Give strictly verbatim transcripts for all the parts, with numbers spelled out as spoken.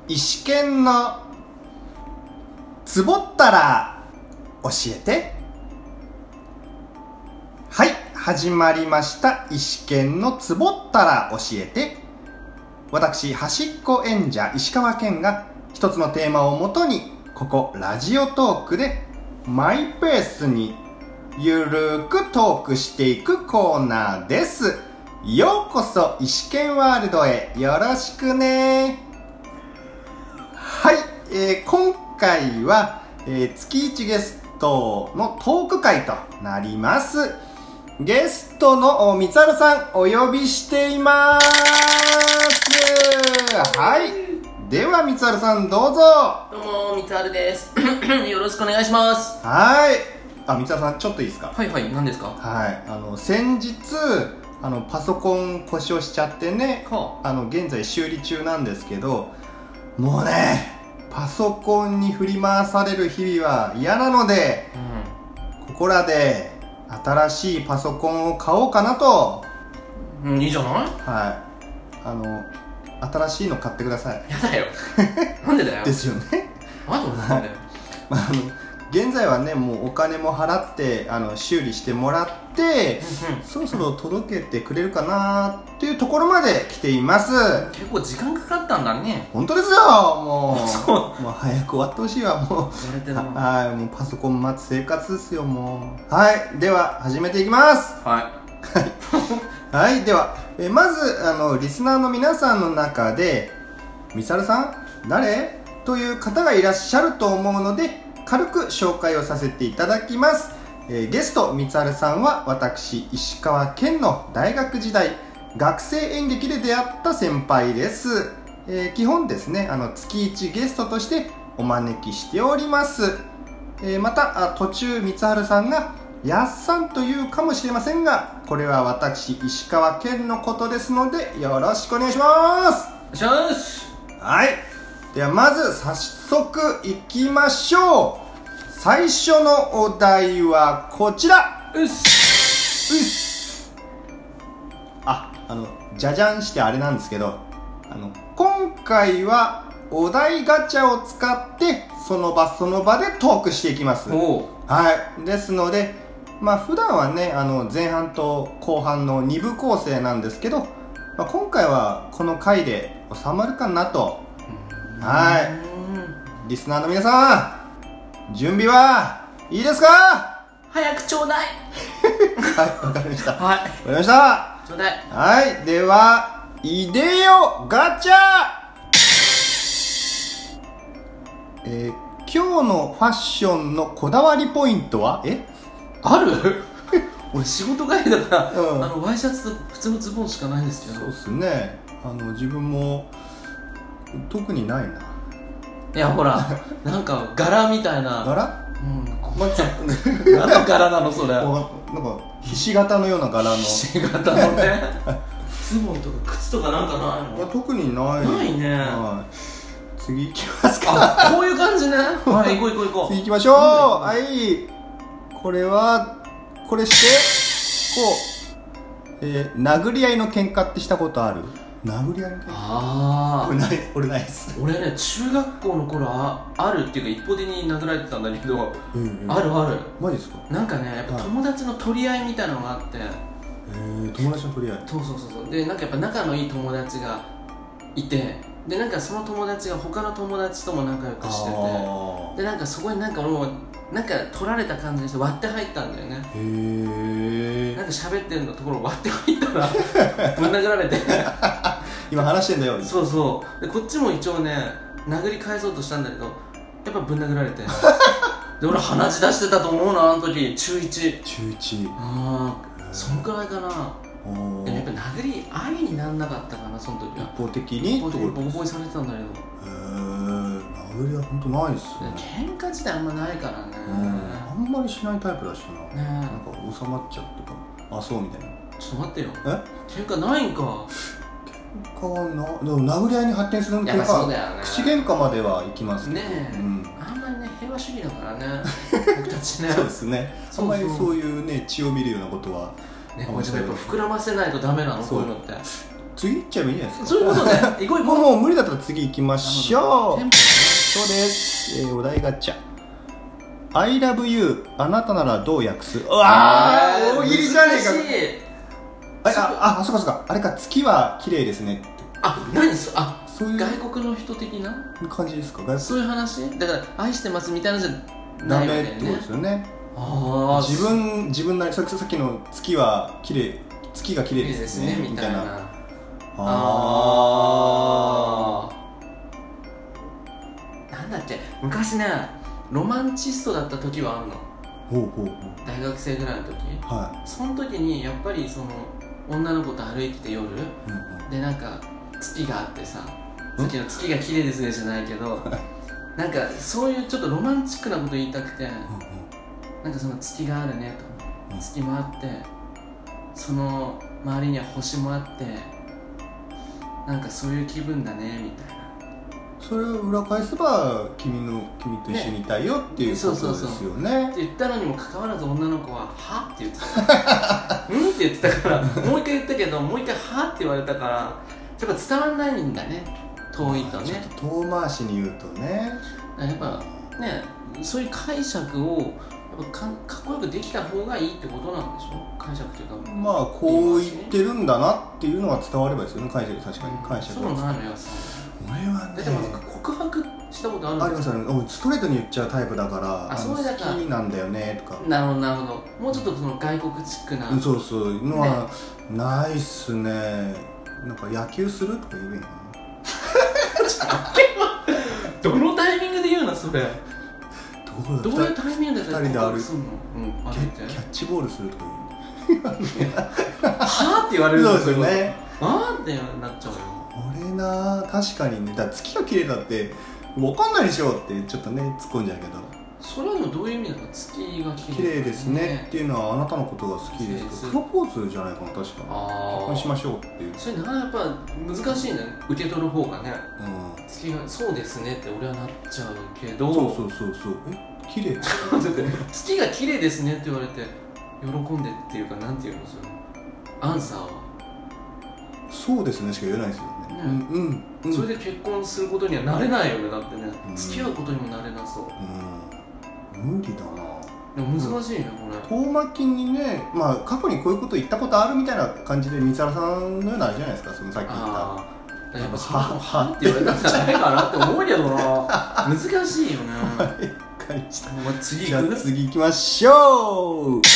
石剣のつぼったら教えて。はい、始まりました。石剣のつぼったら教えて。私、端っこ演者石川健が一つのテーマをもとに、ここラジオトークでマイペースにゆるくトークしていくコーナーです。ようこそ石剣ワールドへよろしくね。はい、えー、今回は、えー、月いちゲストのトーク会となります。ゲストのみつはるさんお呼びしています。はい、ではみつはるさんどうぞ。 どうもみつはるですよろしくお願いします。 はい、あ、みつはるさんちょっといいですか。 はいはい、何ですか。 はい、あの先日あのパソコン故障しちゃってね、はあ、あの現在修理中なんですけど、もうねパソコンに振り回される日々は嫌なので、うん、ここらで新しいパソコンを買おうかなと。 うん、いいじゃない。はい、 あの新しいの買ってください。 やだよなんでだよですよね。 なんでなんだよあの現在はねもうお金も払ってあの修理してもらって、うんうん、そろそろ届けてくれるかなっていうところまで来ています。 結構時間かかったんだね。 本当ですよ。もうそうもう早く終わってほしいわ。もうはい、もうパソコン待つ生活ですよ。もうはい、では始めていきます。はいはい、ではえまずあのリスナーの皆さんの中でみさるさん誰という方がいらっしゃると思うので軽く紹介をさせていただきます。えー、ゲストみつはるさんは私石川県の大学時代学生演劇で出会った先輩です。えー、基本ですねあの月いちゲストとしてお招きしております。えー、また途中みつはるさんがやっさんというかもしれませんが、これは私石川県のことですのでよろしくお願いします。 お願いします。はい、 ではまず早速いきましょう。最初のお題はこちら。 うっすうっす。あ、あのじゃじゃんしてあれなんですけど、あの今回はお題ガチャを使ってその場その場でトークしていきます。 おはい、ですのでまあ普段はねあの前半と後半のに部構成なんですけど、まあ、今回はこの回で収まるかなと。はい、リスナーの皆さん準備はいいですか。 早くちょうだいはい、わかりましたはい、わかりましたちょうだい。 はい、ではいでよガチャ。えー、今日のファッションのこだわりポイントはえある俺仕事帰りだから、うん、あのワイシャツと普通のズボンしかないんですけど。 そうっすね、あの自分も特にないな。 いやほらなんか柄みたいな柄、うん、 まあ、ちょっとね何の柄なのそれ。なんかひし形のような柄のひし形のねズボンとか靴とかなんかないの。 いや特にないないね、 はい、次行きますか。 あ、こういう感じねはい、行こう行こう行こう。 次行きましょう。はい、これはこれしてこう、えー、殴り合いの喧嘩ってしたことある？殴り合いの喧嘩。 ああ、 俺ない俺ないです。 俺ね中学校の頃 あ, あるっていうか一方的に殴られてたんだけど、うんうん、あるある。 マジですか。なんかねやっぱ友達の取り合いみたいなのがあって、 えー、友達の取り合い。 そうそうそうそう。でなんかやっぱ仲のいい友達がいて、でなんかその友達が他の友達とも仲良くしてて、でなんかそこになんかもうなんか取られた感じにして割って入ったんだよね。へえ。なんか喋ってるのところ割って入ったらぶん殴られて今話してんだよ。 そうそうでこっちも一応ね殴り返そうとしたんだけどやっぱぶん殴られてで俺鼻血出してたと思うなあの時。中いち中いち。 ああそんくらいかな。でもやっぱ殴り合いになんなかったかなその時は。 一方的に一方的にボコボコにされてたんだけど。へえ。殴りは本当ないっすね。 喧嘩自体あんまないからね。 あんまりしないタイプだしな、 ね、 なんか収まっちゃうっていうか、あそうみたいな。 ちょっと待ってよ、 え喧嘩ないんか。 喧嘩はな、でも殴り合いに発展する喧嘩は、ね、口喧嘩まではいきますけどねえ、うん、あんまりね平和主義だからね僕たちねそうですね、あんまりそういうね血を見るようなことはね、これでもやっぱ膨らませないとダメなのこういうのって。 次行っちゃえばいいんじゃないですか。 そういうことね。行こう行こう。 もう無理だったら次行きましょう。そうです、えー、お題ガチャ。 I love you あなたならどう訳す。うわー、大喜利じゃねえか。あああ、そっかそっか、あれか、月は綺麗ですね。 あ、何そあそういう外国の人的な感じですか。 そういう話だから、愛してますみたいなのじゃダメってことですよね。ああ、自分自分なり、さっきの月は綺麗、月が綺麗ですねみたいな。あああ、なんだっけ、昔ねロマンチストだった時はあんの。 ほうほうほう。 大学生ぐらいの時、 はい、 その時にやっぱりその女の子と歩いてて夜、うんうん、でなんか月があってさ、さっきの月が綺麗ですねじゃないけどなんかそういうちょっとロマンチックなこと言いたくて、うんうん、なんかその月があるねと、月もあって、その周りには星もあって、なんかそういう気分だねみたいな。 それを裏返せば君の君と一緒にいたいよっていうことですよね。そうそうそうって言ったのにもかかわらず女の子は「は？」って言ってたうんって言ってたからもう一回言ったけど、もう一回「は？」って言われたから、やっぱ伝わんないんだね、遠いとね。ちょっと遠回しに言うとね、 やっぱね、そういう解釈をやっぱ か, かっこよくできた方がいいってことなんでしょ。解釈というか、 まあこう言ってるんだなっていうのが伝わればですよね。解釈、確かに解釈が。そうなのよ。俺はね、でも告白したことあるんですか。 ありますよね。ストレートに言っちゃうタイプだから、 あ、それだから好きなんだよねとか。 なるほどなるほど。もうちょっとその外国チックな、 うん、そうそういうのはないっすね。なんか野球するとか言うよなどのタイミングで言うのそれ。どうどういうタイミングで告白するの。うん、 キャッチボールするとか言うのはぁって言われるんですよね。 あーってなっちゃうよ。 俺な、確かにね。だから月が綺麗だって分かんないでしょってちょっとね突っ込んじゃうけど、 それはどういう意味なの。月が綺麗ですねっていうのはあなたのことが好きですと、プロポーズじゃないかな、確か。結婚しましょうっていう。 それな、やっぱ難しいね、受け取る方がね。うん、月がそうですねって俺はなっちゃうけど。 そうそうそうそう。え、綺麗月が綺麗ですねって言われて喜んでっていうか、なんていうの、それアンサーはそうですねしか言えないですよね。うん、 うん、それで結婚することにはなれないよね。だってね、うん、付き合うことにもなれなそう。 うん、無理だな。 でも難しいね、これ。 遠巻きにね、まあ過去にこういうこと言ったことあるみたいな感じで、三原さんのようなあれじゃないですか、そのさっき言った。 ああ、やっぱそのはって言われたんじゃないかなって思うけどな。難しいよね。はい、分かりました。もう次行く？ じゃあ次行きましょう。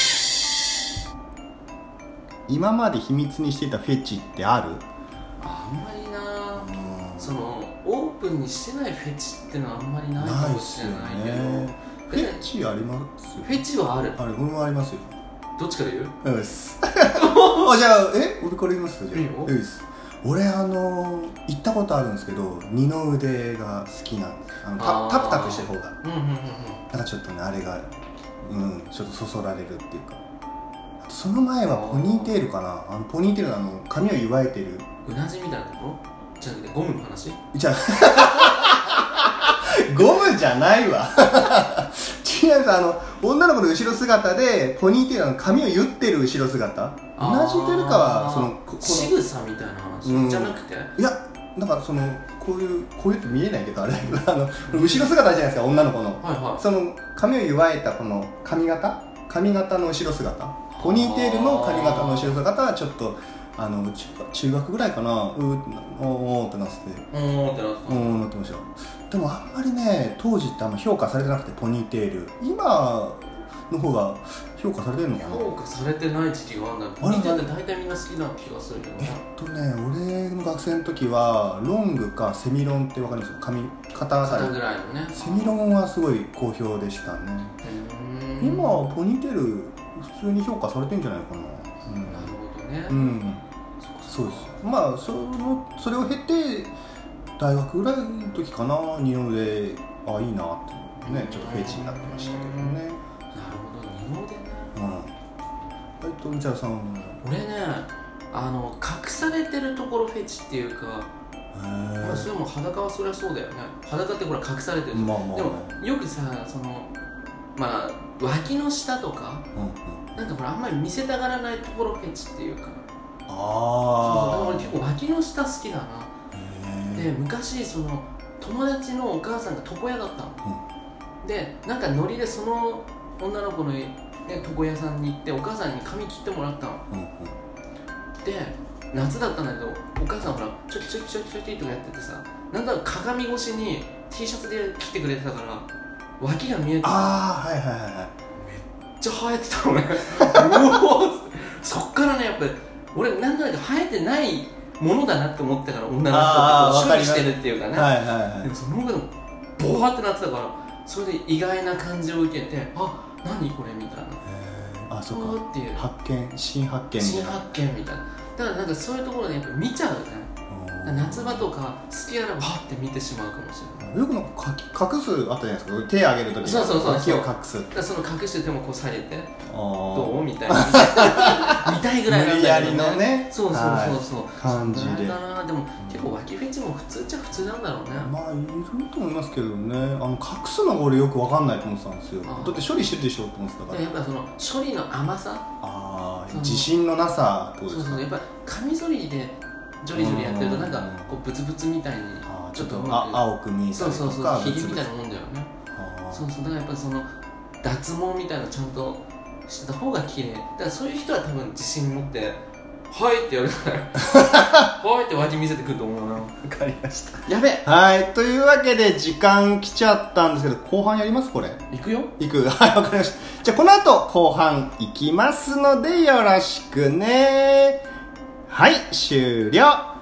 今まで秘密にしていたフェチってある？ あんまりな、そのオープンにしてないフェチってのはあんまりないかもしれないけど。 ね、フェチありますよ。 フェチはある。 あれ、俺もありますよ。 どっちから言う？ そうです。あ、じゃあ、え俺から言います？じゃあ。いいよ。いいです。俺、あの行ったことあるんですけど、二の腕が好きなんです。あのタプタプしてる方が。うんうんうんうん。なんかちょっとね、あれが、うん、ちょっとそそられるっていうか。その前はポニーテールかな。あのポニーテールのあの髪を結えてる。 うなじみたいなところ？じゃなくてゴムの話？ じゃあゴムじゃないわ。違う、あの女の子の後ろ姿でポニーテールの髪を結ってる後ろ姿。うなじてるかはその仕草みたいな話、うん、じゃなくて、 いや、だからそのこういうこういうって見えないけど、あれあの後ろ姿じゃないですか、女の子の、はいはい、その髪を結えたこの髪型髪型の後ろ姿、ポニーテールの髪型の後ろ姿はちょっとあの 中, 中学ぐらいかな、うーおーってなってて、 おーってなってた、 おーなってました。でもあんまりね、当時ってあんま評価されてなくて、ポニーテール今の方が評価されてるのかな。 評価されてない時期があるんだ。ポニーテールって大体みんな好きな気がするけどね。 えっとね、俺の学生の時はロングかセミロンってわかります？髪肩あたり肩ぐらいのね。 セミロンはすごい好評でしたね。今はポニーテール普通に評価されてるんじゃないかな。 うん、なるほどね。 うん、そうです。まあそのそれを経て大学ぐらいの時かな、二の腕あいいなってね、ちょっとフェチになってましたけどね。 なるほど、二の腕ね。 うん。えっと三原さん。 俺ね、あの隠されてるところフェチっていうか。まあ、それも裸はそりゃそうだよね。裸ってほら隠されてる、まあまあ、でもよくさ、そのまあ脇の下とか、うんうん、なんかほらあんまり見せたがらないところフェチっていうか、 ああ、 そうそう、だから俺結構脇の下好きだな。で昔その友達のお母さんが床屋だったの、うん、でなんかノリでその女の子の、ね、床屋さんに行ってお母さんに髪切ってもらったの、うんうん、で夏だったんだけどお母さんほらちょきちょきちょきちょきとかやっててさ、なんだろう鏡越しに T シャツで切ってくれてたから脇が見えてた。 ああはいはいはい、めっちゃ生えてたのねうおそっからねやっぱり俺なんとなく生えてないものだなって思ってから女の人って処理してるっていうかね、はいはいはい、でもその方がボワってなってたからそれで意外な感じを受けて、あ、何これみたいな、 へー、あ、そうかっていう発見、新発見みたいな、 新発見みたいな。だからなんかそういうところでやっぱ見ちゃうね。夏場とか好きあらばはって見てしまうかもしれない。 よくなんか隠すあったじゃないですか、手を上げるときにそうそうそう脇を隠す。 だからその隠して手もこう下げてどうみたいな見たいぐらいなんだけどね、無理やりのね、 そうそうそうそう、はい、感じで。 だな。でも結構脇フェチも普通っちゃ普通なんだろうね。 まあいると思いますけどね。あの隠すのが俺よく分かんないと思ってたんですよ。だって処理してるでしょと思ってたから。 やっぱその処理の甘さ、 ああ、自信のなさってことですか。 そうそう、やっぱカミソリでジョリジョリやってるとなんかこうブツブツみたいにちょっと青く見えたりとか、 そうそうそう、ひげみたいなもんだよね。そうそう、だからやっぱりその脱毛みたいなちゃんとしてた方が綺麗だからそういう人は多分自信持ってはいってやるからはいって脇見せてくると思うな。 分かりました。 やべえ。 はい、というわけで時間来ちゃったんですけど、後半やりますこれ。 行くよ。 行く。はい、わかりました。じゃあこの後後半行きますのでよろしくね。はい、終了。